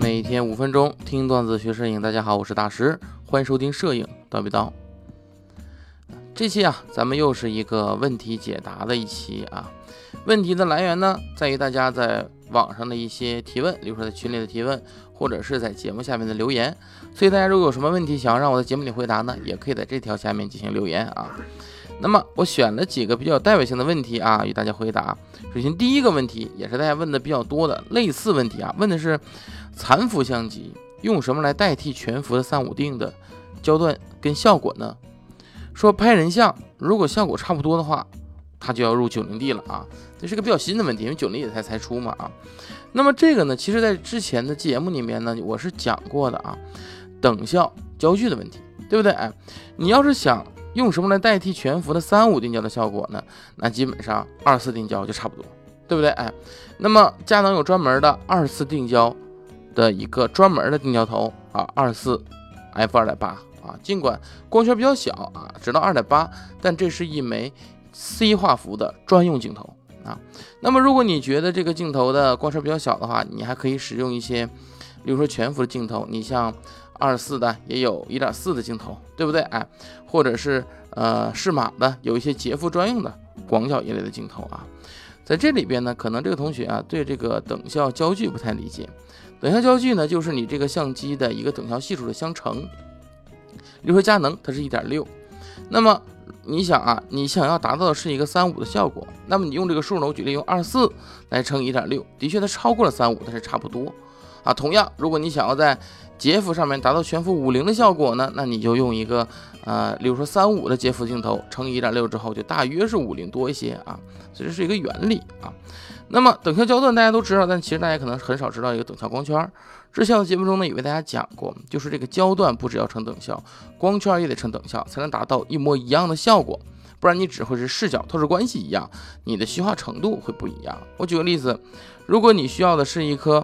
每天5分钟听段子学摄影。大家好，我是大石，欢迎收听摄影叨逼叨。这期咱们又是一个问题解答的一期啊。问题的来源呢，在于大家在网上的一些提问，比如说在群里的提问，或者是在节目下面的留言。所以大家如果有什么问题想要让我在节目里回答呢，也可以在这条下面进行留言啊。那么我选了几个比较有代表性的问题与大家回答。首先第一个问题，也是大家问的比较多的类似问题问的是残幅相机用什么来代替全幅的3.5定的焦段跟效果呢？说拍人像如果效果差不多的话，它就要入 90D 了这是个比较新的问题，因为 90D 也才出嘛那么这个呢，其实在之前的节目里面呢，我是讲过的等效焦距的问题，对不对？你要是想用什么来代替全幅的3.5定焦的效果呢？那基本上24定焦就差不多，对不对？那么佳能有专门的24定焦的一个专门的定焦头24 f2.8尽管光圈比较小直到2.8，但这是一枚 C 画幅的专用镜头那么如果你觉得这个镜头的光圈比较小的话，你还可以使用一些比如说全幅的镜头，你像24的也有 1.4 的镜头，对不对？或者是适马的有一些杰夫专用的广角一类的镜头在这里边呢，可能这个同学对这个等效焦距不太理解。等效焦距呢，就是你这个相机的一个等效系数的相乘。比如说佳能它是 1.6， 那么你想你想要达到的是一个3.5的效果，那么你用这个数呢，我举例用24来乘 1.6， 的确它超过了3.5，但是差不多同样如果你想要在杰夫上面达到全幅50的效果呢，那你就用一个比如说3.5的杰夫镜头乘以 1.6 之后，就大约是50多一些所以这是一个原理那么等效焦段大家都知道，但其实大家可能很少知道一个等效光圈。之前的节目中呢，也为大家讲过，就是这个焦段不只要成等效，光圈也得成等效，才能达到一模一样的效果，不然你只会是视角透视关系一样，你的虚化程度会不一样。我举个例子，如果你需要的是一颗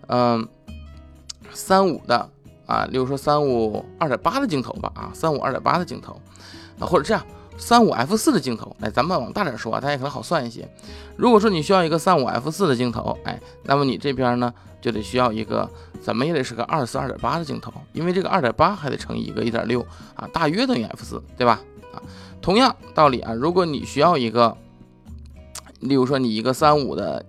3.5的例如说3.5 2.8的镜头吧3.5 2.8的镜头或者这样3.5 f4 的镜头，咱们往大点说大家可能好算一些。如果说你需要一个3.5 f4 的镜头，那么你这边呢就得需要一个怎么也得是个24 2.8的镜头，因为这个2.8还得乘以一个 1.6大约等于 f4， 对吧同样道理如果你需要一个例如说你一个3.5的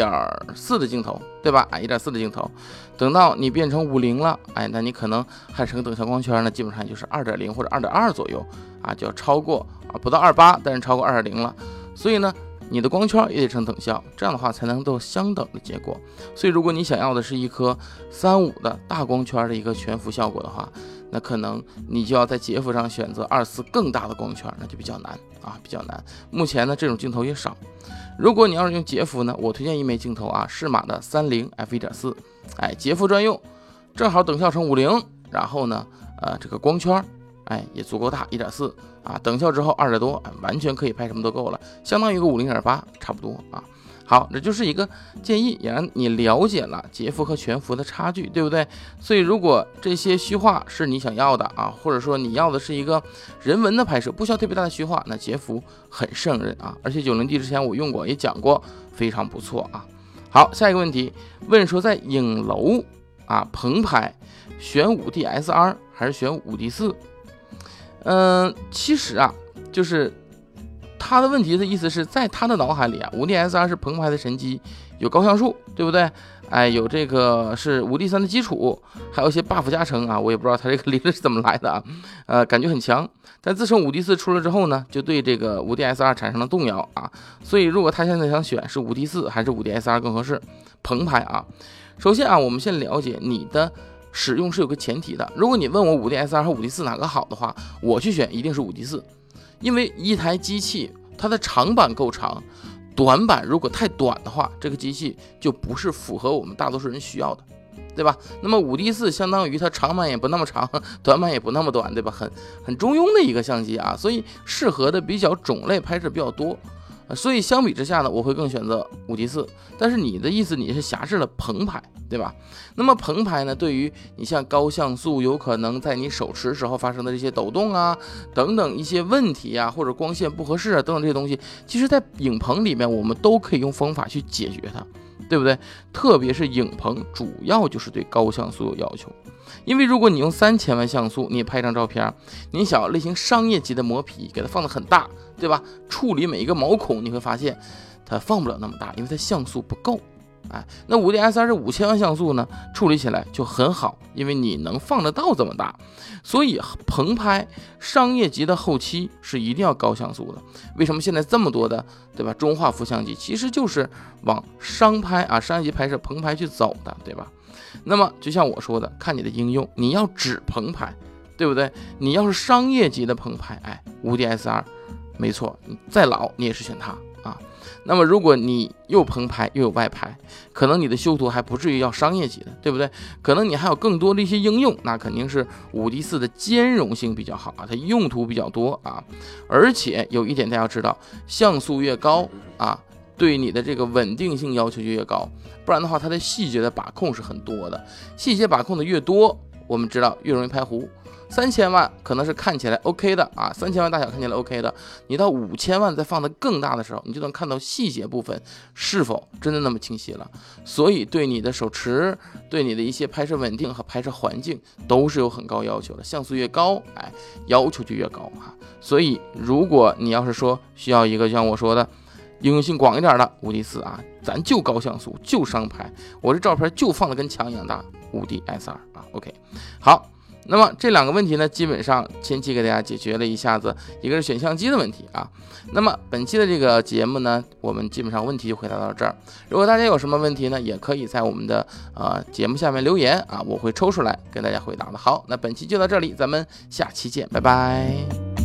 1.4 的镜头，对吧1.4 的镜头，等到你变成50了那你可能还成等效光圈呢，基本上就是 2.0 或者 2.2 左右就要超过不到28，但是超过 2.0 了。所以呢你的光圈也得成等效，这样的话才能够相等的结果。所以如果你想要的是一颗3.5的大光圈的一个全幅效果的话，那可能你就要在杰夫上选择24更大的光圈，那就比较难比较难。目前呢这种镜头也少。如果你要是用杰夫呢，我推荐一枚镜头适马的30 f1.4，杰夫专用，正好等效成50，然后呢这个光圈也足够大 1.4等效之后2点多完全可以拍什么都够了，相当于一个50.8差不多好，这就是一个建议，也让你了解了杰夫和全幅的差距，对不对？所以如果这些虚化是你想要的或者说你要的是一个人文的拍摄，不需要特别大的虚化，那杰夫很胜任而且 90D 之前我用过也讲过，非常不错好，下一个问题问说在影楼棚拍选 5D SR 还是选 5D4？其实就是他的问题的意思是在他的脑海里5D SR 是棚拍的神机，有高像素，对不对？有这个是5D3 的基础，还有一些 buff 加成我也不知道他这个理论是怎么来的感觉很强。但自从 5D4 出了之后呢，就对这个 5D SR 产生了动摇所以如果他现在想选是 5D4 还是 5D SR 更合适棚拍首先我们先了解你的使用是有个前提的。如果你问我 5D SR 和 5D4 哪个好的话，我去选一定是 5D4， 因为一台机器它的长板够长，短板如果太短的话，这个机器就不是符合我们大多数人需要的，对吧？那么 5D4 相当于它长板也不那么长，短板也不那么短，对吧？很中庸的一个相机所以适合的比较种类拍摄比较多所以相比之下呢，我会更选择5D4。但是你的意思你是辖制了棚拍，对吧？那么棚拍呢，对于你像高像素有可能在你手持时候发生的这些抖动等等一些问题或者光线不合适等等这些东西，其实在影棚里面我们都可以用方法去解决它。 对不对？特别是影棚，主要就是对高像素有要求。因为如果你用3000万像素，你拍张照片，你想要类型商业级的磨皮，给它放得很大，对吧？处理每一个毛孔，你会发现它放不了那么大，因为它像素不够。那 5D-SR 是5000万像素呢，处理起来就很好，因为你能放得到这么大。所以棚拍商业级的后期是一定要高像素的。为什么现在这么多的，对吧？中画幅相机其实就是往商拍商业级拍摄棚拍去走的，对吧？那么就像我说的，看你的应用，你要只棚拍，对不对？你要是商业级的棚拍，5D-SR 没错，你再老你也是选它啊。那么如果你又棚拍又有外拍，可能你的修图还不至于要商业级的，对不对？可能你还有更多的一些应用，那肯定是5D4的兼容性比较好它用途比较多而且有一点大家要知道，像素越高对你的这个稳定性要求就越高，不然的话它的细节的把控是很多的，细节把控的越多，我们知道越容易拍糊。3000万可能是看起来 OK 的3000万大小看起来 OK 的，你到5000万再放得更大的时候，你就能看到细节部分是否真的那么清晰了。所以对你的手持，对你的一些拍摄稳定和拍摄环境都是有很高要求的，像素越高要求就越高所以如果你要是说需要一个像我说的应用性广一点的5D4咱就高像素就商拍，我这照片就放得跟墙一样大，5D-SR OK 好。那么这两个问题呢，基本上前期给大家解决了一下子，一个是选相机的问题那么本期的这个节目呢，我们基本上问题就回答到这儿。如果大家有什么问题呢，也可以在我们的节目下面留言我会抽出来跟大家回答的。好，那本期就到这里，咱们下期见，拜拜。